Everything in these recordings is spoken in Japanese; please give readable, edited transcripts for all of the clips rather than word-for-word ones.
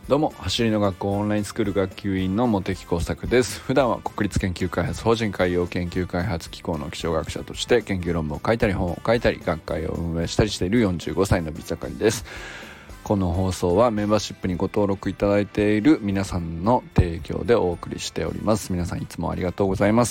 どうも、走りの学校オンラインスクール学級委員の茂木耕作です。普段は国立研究開発法人海洋研究開発機構の気象学者として研究論文を書いたり本を書いたり学会を運営したりしている45歳の美盛りです。この放送はメンバーシップにご登録いただいている皆さんの提供でお送りしております。皆さんいつもありがとうございます。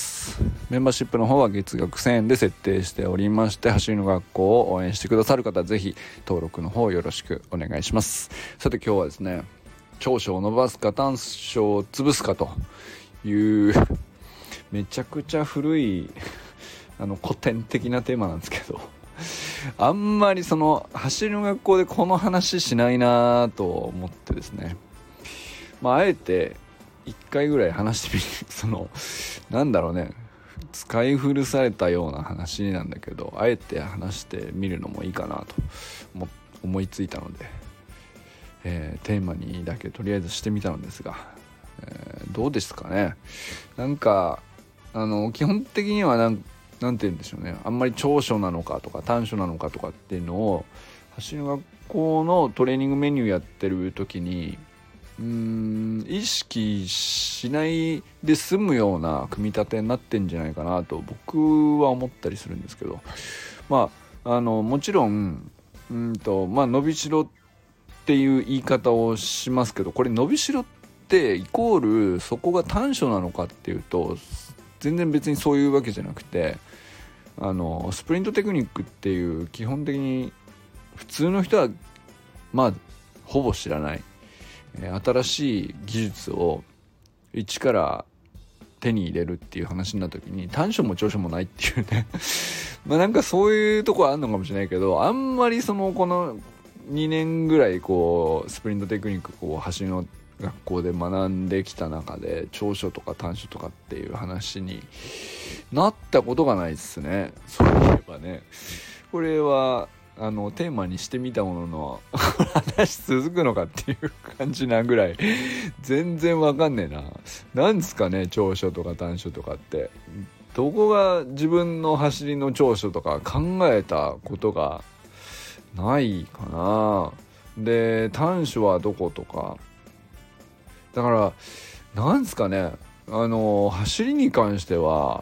メンバーシップの方は月額1000円で設定しておりまして、走りの学校を応援してくださる方はぜひ登録の方よろしくお願いします。さて今日はですね、長所を伸ばすか短所を潰すかというめちゃくちゃ古い古典的なテーマなんですけど、あんまり走りの学校でこの話しないなと思ってですね、あえて1回ぐらい話してみるなんだろうね、使い古されたような話なんだけど、あえて話してみるのもいいかなと思いついたので、テーマにだけとりあえずしてみたのですが、どうですかね。なんか基本的にはなんて言うんでしょうね、あんまり長所なのかとか短所なのかとかっていうのを走りの学校のトレーニングメニューやってる時に意識しないで済むような組み立てになってんじゃないかなと僕は思ったりするんですけど、もちろん伸びしろっていう言い方をしますけど、これ伸びしろってイコールそこが短所なのかっていうと全然別にそういうわけじゃなくて、スプリントテクニックっていう基本的に普通の人はほぼ知らない、新しい技術を一から手に入れるっていう話になった時に短所も長所もないっていうねなんかそういうとこはあるのかもしれないけど、あんまりこの2年ぐらいスプリントテクニック走りの学校で学んできた中で長所とか短所とかっていう話になったことがないですね。そういえばね、これはテーマにしてみたものの話続くのかっていう感じなぐらい全然わかんねえな。なんですかね、長所とか短所とかってどこが自分の走りの長所とか考えたことがないかな。で短所はどことかだから、なんですかね、走りに関しては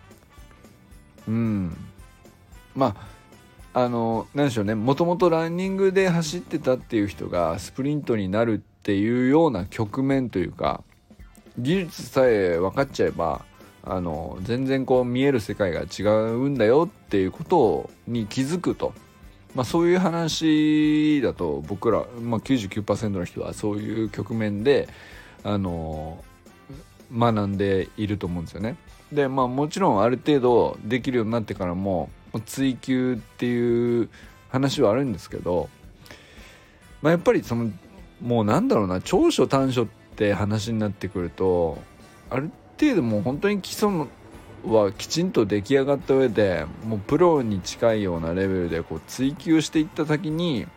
なんでしょうね、もともとランニングで走ってたっていう人がスプリントになるっていうような局面というか、技術さえ分かっちゃえば全然見える世界が違うんだよっていうことに気づくと、そういう話だと僕ら、99% の人はそういう局面で学んでいると思うんですよね。でもちろんある程度できるようになってからも追求っていう話はあるんですけど、やっぱりもうなんだろうな、長所短所って話になってくるとある程度もう本当に基礎はきちんと出来上がった上でもうプロに近いようなレベルで追求していった先にや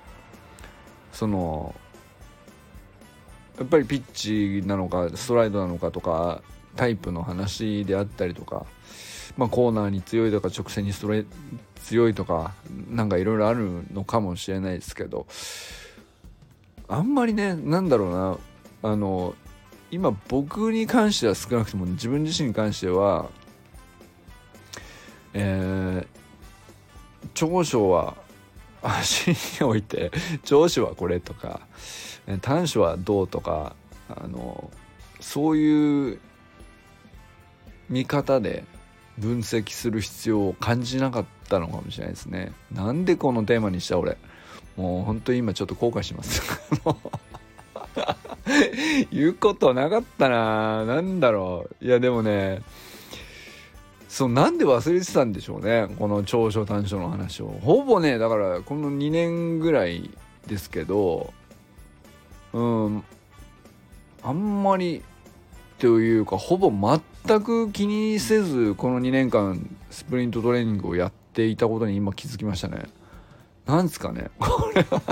っぱりピッチなのかストライドなのかとかタイプの話であったりとか、コーナーに強いとか直線に強いとかなんかいろいろあるのかもしれないですけど、あんまりね、なんだろうな、今僕に関しては少なくとも自分自身に関しては長所は足において長所はこれとか短所はどうとかそういう見方で分析する必要を感じなかったのかもしれないですね。なんでこのテーマにした俺、もう本当に今ちょっと後悔します言うことなかったな。なんだろう、いやでもね、なんで忘れてたんでしょうね、この長所短所の話を。ほぼね、だからこの2年ぐらいですけど、あんまりというかほぼ全く気にせずこの2年間スプリントトレーニングをやっていたことに今気づきましたね。なんですかねこれは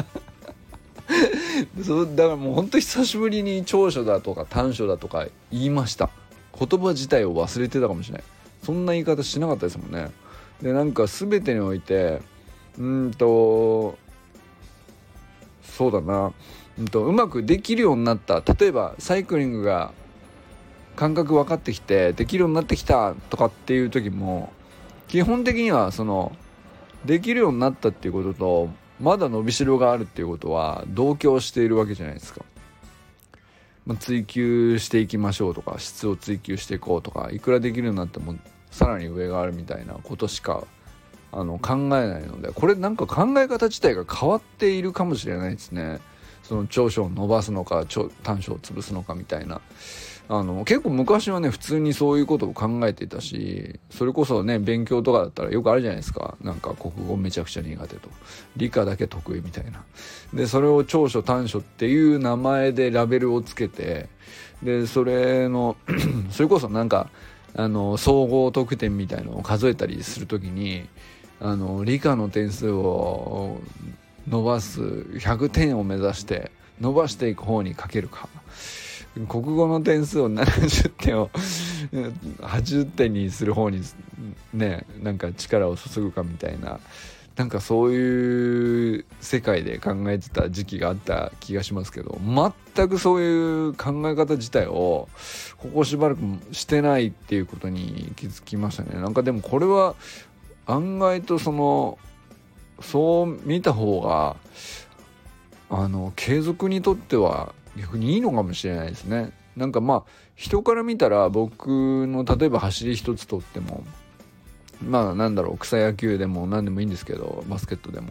だからもう本当久しぶりに長所だとか短所だとか言いました。言葉自体を忘れてたかもしれない。そんな言い方しなかったですもんね。でなんか全てにおいてそうだな、 うまくできるようになった、例えばサイクリングが感覚分かってきてできるようになってきたとかっていう時も、基本的にはできるようになったっていうこととまだ伸びしろがあるっていうことは同居しているわけじゃないですか。追求していきましょうとか、質を追求していこうとか、いくらできるようになってもさらに上があるみたいなことしか考えないので、これなんか考え方自体が変わっているかもしれないですね。長所を伸ばすのか短所を潰すのかみたいな、結構昔はね普通にそういうことを考えていたし、それこそね勉強とかだったらよくあるじゃないですか。なんか国語めちゃくちゃ苦手と、理科だけ得意みたいな。でそれを長所短所っていう名前でラベルをつけて、でそれこそなんか総合得点みたいのを数えたりするときに理科の点数を伸ばす100点を目指して伸ばしていく方にかけるか、国語の点数を70点を80点にする方にねなんか力を注ぐかみたいな、なんかそういう世界で考えてた時期があった気がしますけど、全くそういう考え方自体をここしばらくしてないっていうことに気づきましたね。なんかでもこれは案外とそう見た方が継続にとっては逆にいいのかもしれないですね。なんか人から見たら僕の例えば走り一つとっても草野球でも何でもいいんですけど、バスケットでも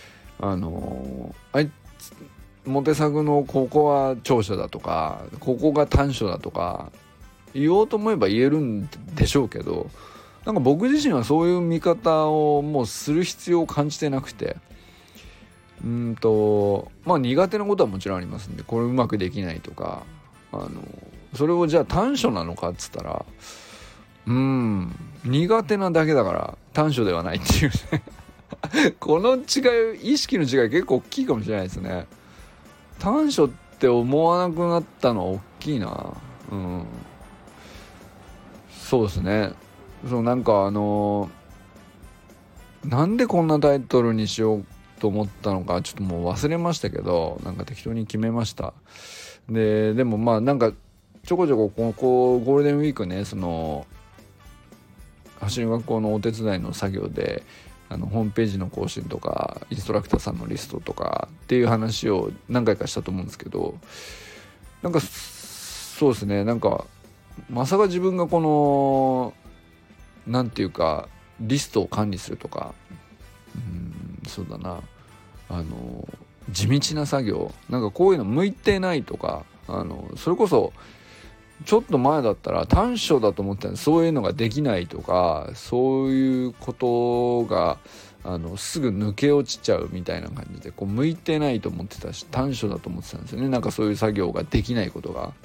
モテ作のここは長所だとかここが短所だとか言おうと思えば言えるんでしょうけど、なんか僕自身はそういう見方をもうする必要を感じてなくて、苦手なことはもちろんありますんで、これうまくできないとかそれをじゃあ短所なのかっつったら苦手なだけだから短所ではないっていうねこの違い、意識の違い結構大きいかもしれないですね。短所って思わなくなったのは大きいな。そうですね。なんかなんでこんなタイトルにしようと思ったのかちょっともう忘れましたけど、なんか適当に決めました。でもなんかちょこちょこここゴールデンウィークね走り学校のお手伝いの作業でホームページの更新とかインストラクターさんのリストとかっていう話を何回かしたと思うんですけど、なんかそうですね、なんかまさか自分がなんていうかリストを管理するとかそうだな地道な作業、なんかこういうの向いてないとかそれこそちょっと前だったら短所だと思ったらそういうのができないとか、そういうことがすぐ抜け落ちちゃうみたいな感じで向いてないと思ってたし短所だと思ってたんですよね。なんかそういう作業ができないことが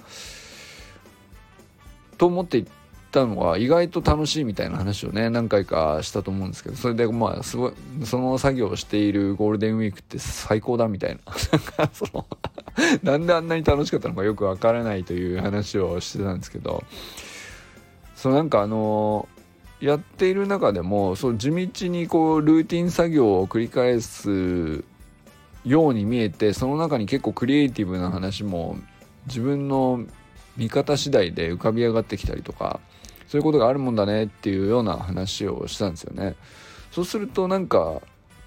と思っていったのが意外と楽しいみたいな話をね何回かしたと思うんですけど、それですごいその作業をしているゴールデンウィークって最高だみたいななんであんなに楽しかったのかよくわからないという話をしてたんですけど、なんかやっている中でも地道にルーティン作業を繰り返すように見えて、その中に結構クリエイティブな話も自分の見方次第で浮かび上がってきたりとか、そういうことがあるもんだねっていうような話をしたんですよね。そうするとなんか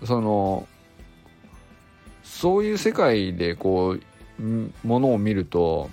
そういう世界でものを見ると、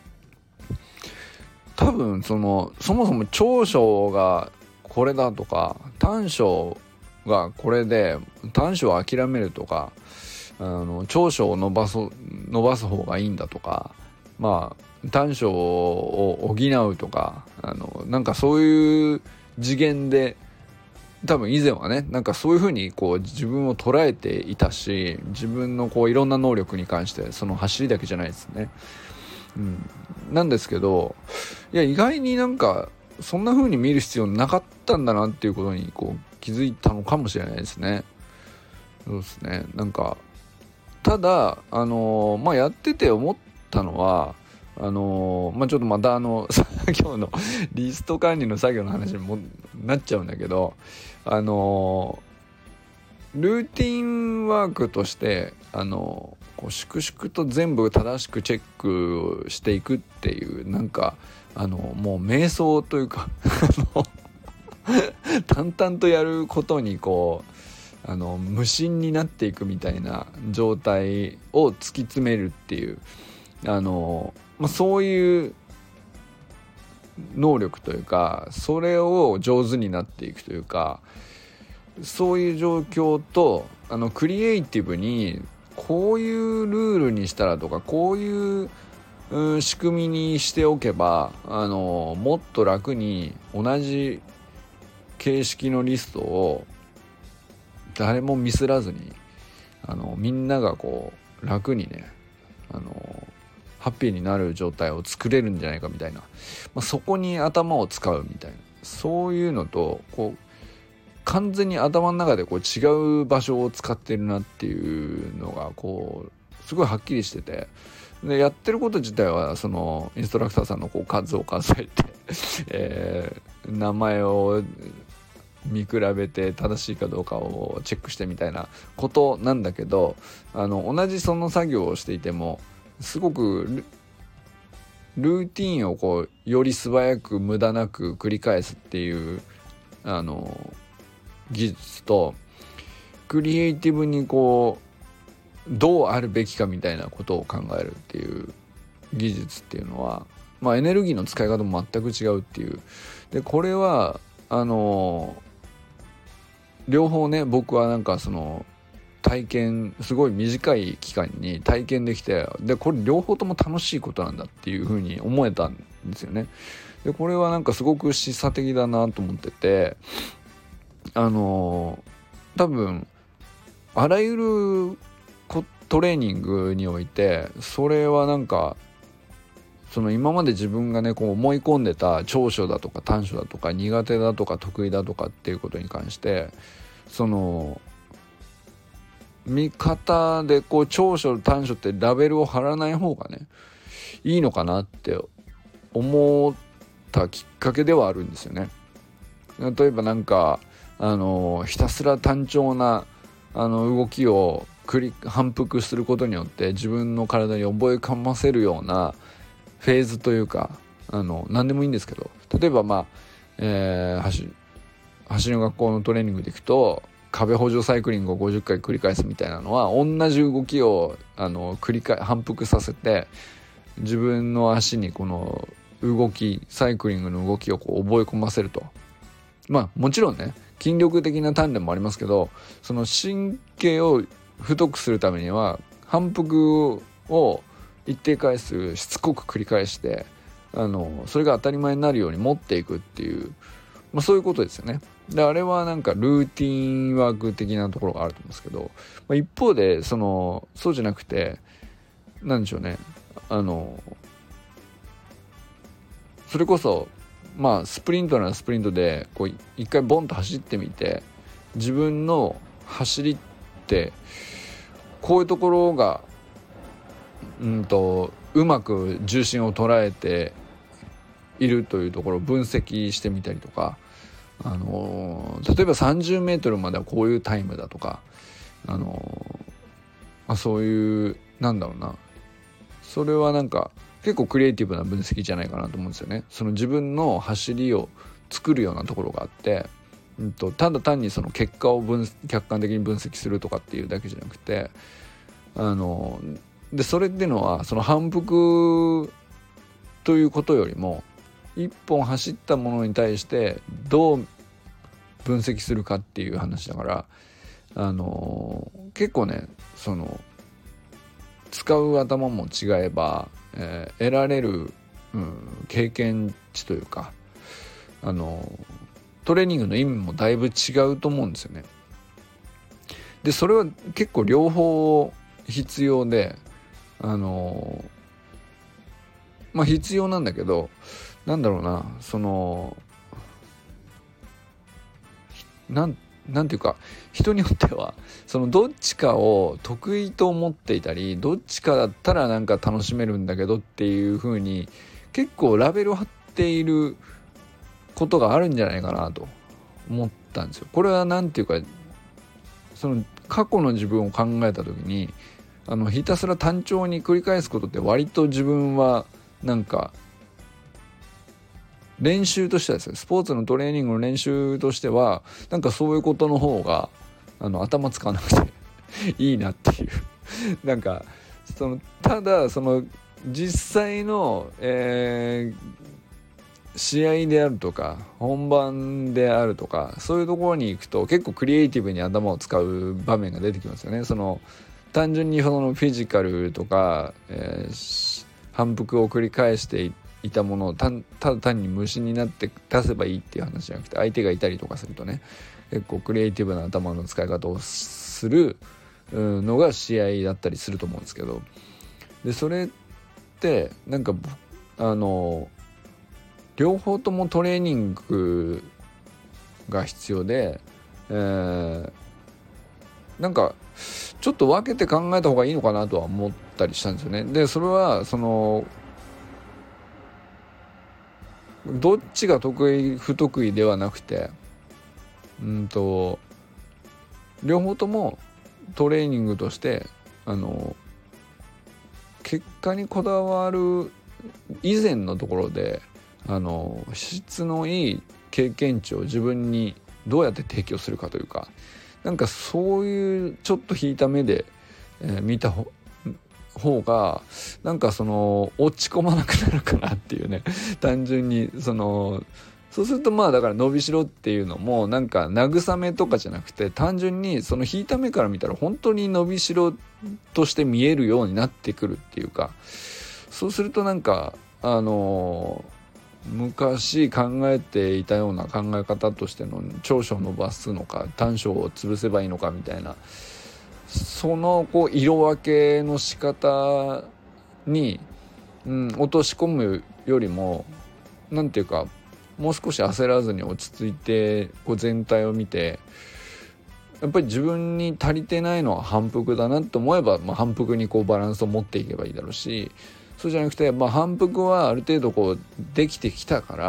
多分そもそも長所がこれだとか短所がこれで短所を諦めるとか長所を伸ばす方がいいんだとか、短所を補うとかなんかそういう次元で多分以前はねなんかそういう風に自分を捉えていたし、自分のいろんな能力に関して走りだけじゃないですね、なんですけど、いや意外になんかそんな風に見る必要なかったんだなっていうことに気づいたのかもしれないですね。そうですね。なんかただやってて思ったのはちょっとまた作業のリスト管理の作業の話にもなっちゃうんだけど、ルーティンワークとしてこう粛々と全部正しくチェックしていくっていう、なんかもう瞑想というか淡々とやることにこう無心になっていくみたいな状態を突き詰めるっていうそういう能力というか、それを上手になっていくというか、そういう状況とクリエイティブにこういうルールにしたらとか、こういう仕組みにしておけばもっと楽に同じ形式のリストを誰もミスらずにみんながこう楽にねハッピーになる状態を作れるんじゃないかみたいな、そこに頭を使うみたいな、そういうのとこう完全に頭の中でこう違う場所を使ってるなっていうのがこうすごいはっきりしてて、でやってること自体はそのインストラクターさんのこう数を数えて、名前を見比べて正しいかどうかをチェックしてみたいなことなんだけど、同じその作業をしていてもすごくルーティーンをこうより素早く無駄なく繰り返すっていう技術と、クリエイティブにこうどうあるべきかみたいなことを考えるっていう技術っていうのは、エネルギーの使い方も全く違うっていう。でこれは両方ね、僕はなんかその体験すごい短い期間に体験できて、でこれ両方とも楽しいことなんだっていう風に思えたんですよね。でこれはなんかすごく示唆的だなと思ってて、多分あらゆるトレーニングにおいてそれはなんかその今まで自分がねこう思い込んでた長所だとか短所だとか苦手だとか得意だとかっていうことに関して、その見方でこう長所短所ってラベルを貼らない方がねいいのかなって思ったきっかけではあるんですよね。例えばなんかひたすら単調な動きを反復することによって自分の体に覚えかませるようなフェーズというか何でもいいんですけど、例えば走りの学校のトレーニングでいくと壁補助サイクリングを50回繰り返すみたいなのは、同じ動きを反復させて自分の足にこの動きサイクリングの動きをこう覚え込ませると。もちろんね筋力的な鍛錬もありますけど、その神経を太くするためには反復を一定回数しつこく繰り返してそれが当たり前になるように持っていくっていう、そういうことですよね。であれはなんかルーティンワーク的なところがあると思うんですけど、一方でそうじゃなくてなんでしょうね、それこそスプリントならスプリントでこう一回ボンと走ってみて、自分の走りってこういうところがうまく重心を捉えているというところを分析してみたりとか、例えば30メートルまではこういうタイムだとか、そういうなんだろうな、それはなんか結構クリエイティブな分析じゃないかなと思うんですよね。その自分の走りを作るようなところがあって、ただ単にその結果を客観的に分析するとかっていうだけじゃなくて、でそれっていうのはその反復ということよりも一本走ったものに対してどう分析するかっていう話だから、結構ねその使う頭も違えば、得られる、経験値というかトレーニングの意味もだいぶ違うと思うんですよね。でそれは結構両方必要で必要なんだけど、なんだろうな、なんていうか人によってはそのどっちかを得意と思っていたり、どっちかだったらなんか楽しめるんだけどっていう風に結構ラベルを貼っていることがあるんじゃないかなと思ったんですよ。これはなんていうかその過去の自分を考えた時にひたすら単調に繰り返すことって割と自分はなんか練習としてはですね、スポーツのトレーニングの練習としてはなんかそういうことの方が頭使わなくていいなっていうなんかただ実際の、試合であるとか本番であるとかそういうところに行くと結構クリエイティブに頭を使う場面が出てきますよね。単純にフィジカルとか、反復を繰り返していたものをただ単に無心になって出せばいいっていう話じゃなくて、相手がいたりとかするとね、結構クリエイティブな頭の使い方をするのが試合だったりすると思うんですけど、でそれってなんか両方ともトレーニングが必要で、なんかちょっと分けて考えた方がいいのかなとは思ったりしたんですよね。でそれはどっちが得意不得意ではなくて、両方ともトレーニングとして結果にこだわる以前のところで質のいい経験値を自分にどうやって提供するかというか、なんかそういうちょっと引いた目で、見た方がなんか落ち込まなくなるかなっていうね単純にそうするとだから伸びしろっていうのもなんか慰めとかじゃなくて、単純に引いた目から見たら本当に伸びしろとして見えるようになってくるっていうか、そうするとなんか昔考えていたような考え方としての長所を伸ばすのか短所を潰せばいいのかみたいな、色分けの仕方に、落とし込むよりもなんていうか、もう少し焦らずに落ち着いて全体を見て、やっぱり自分に足りてないのは反復だなと思えば、反復にバランスを持っていけばいいだろうし、そうじゃなくて、反復はある程度できてきたから、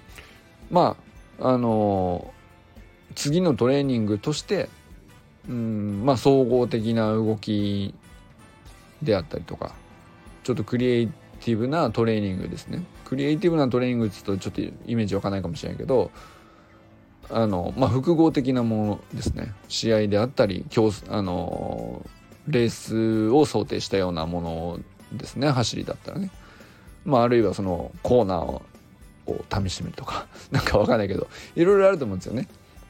次のトレーニングとして総合的な動きであったりとか、ちょっとクリエイティブなトレーニングですね。クリエイティブなトレーニングって言うとちょっとイメージ湧かないかもしれないけど、複合的なものですね。試合であったりレースを想定したようなものですね。走りだったらね、あるいはコーナーを試してみるとかなんかわかんないけど、いろいろあると思うんですよね。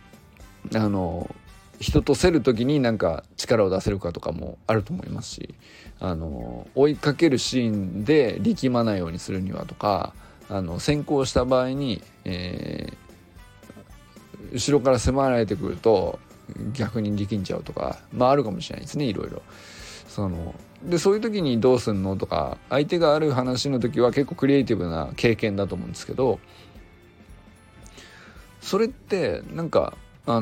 人と競る時になんか力を出せるかとかもあると思いますし、追いかけるシーンで力まないようにするにはとか、先行した場合に、後ろから迫られてくると逆に力んじゃうとか、あるかもしれないですね。いろいろでそういう時にどうすんのとか、相手がある話の時は結構クリエイティブな経験だと思うんですけど、それってなんか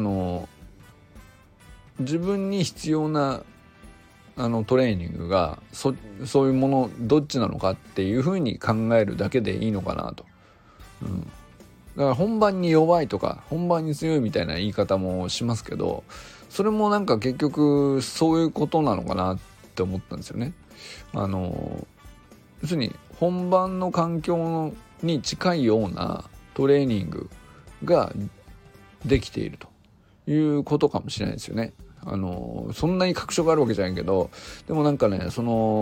自分に必要なトレーニングがそういうものどっちなのかっていう風に考えるだけでいいのかなと、だから本番に弱いとか本番に強いみたいな言い方もしますけど、それもなんか結局そういうことなのかなって思ったんですよね。要するに本番の環境に近いようなトレーニングができているということかもしれないですよね。そんなに確証があるわけじゃないけど、でもなんかねやっ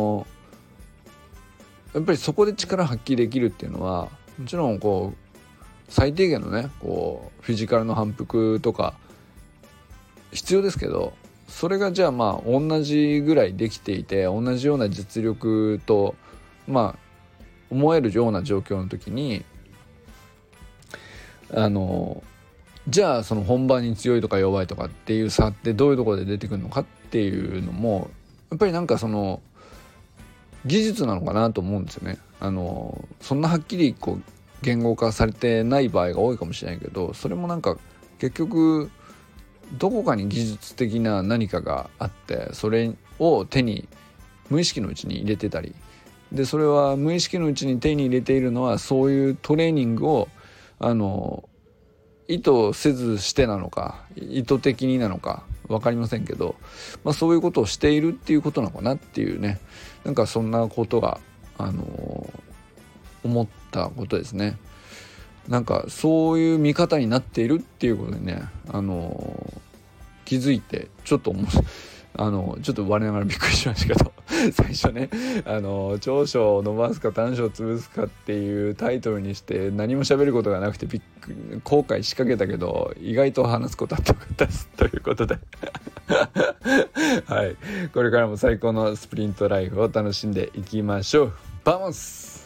ぱりそこで力発揮できるっていうのはもちろん最低限のねフィジカルの反復とか必要ですけど、それがじゃあ同じぐらいできていて同じような実力と思えるような状況の時にじゃあ本番に強いとか弱いとかっていう差ってどういうところで出てくるのかっていうのもやっぱりなんか技術なのかなと思うんですよね。そんなはっきり言語化されてない場合が多いかもしれないけど、それもなんか結局どこかに技術的な何かがあって、それを無意識のうちに入れてたりで、それは無意識のうちに手に入れているのはそういうトレーニングを意図せずしてなのか意図的になのか分かりませんけど、そういうことをしているっていうことなのかなっていうね、なんかそんなことが、思ったことですね。なんかそういう見方になっているっていうことにね、気づいてちょっとちょっと我ながらびっくりしましたけど最初ね、長所を伸ばすか短所を潰すかっていうタイトルにして何も喋ることがなくて後悔しかけたけど、意外と話すことあってよかったですということではい、これからも最高のスプリントライフを楽しんでいきましょう。バモス。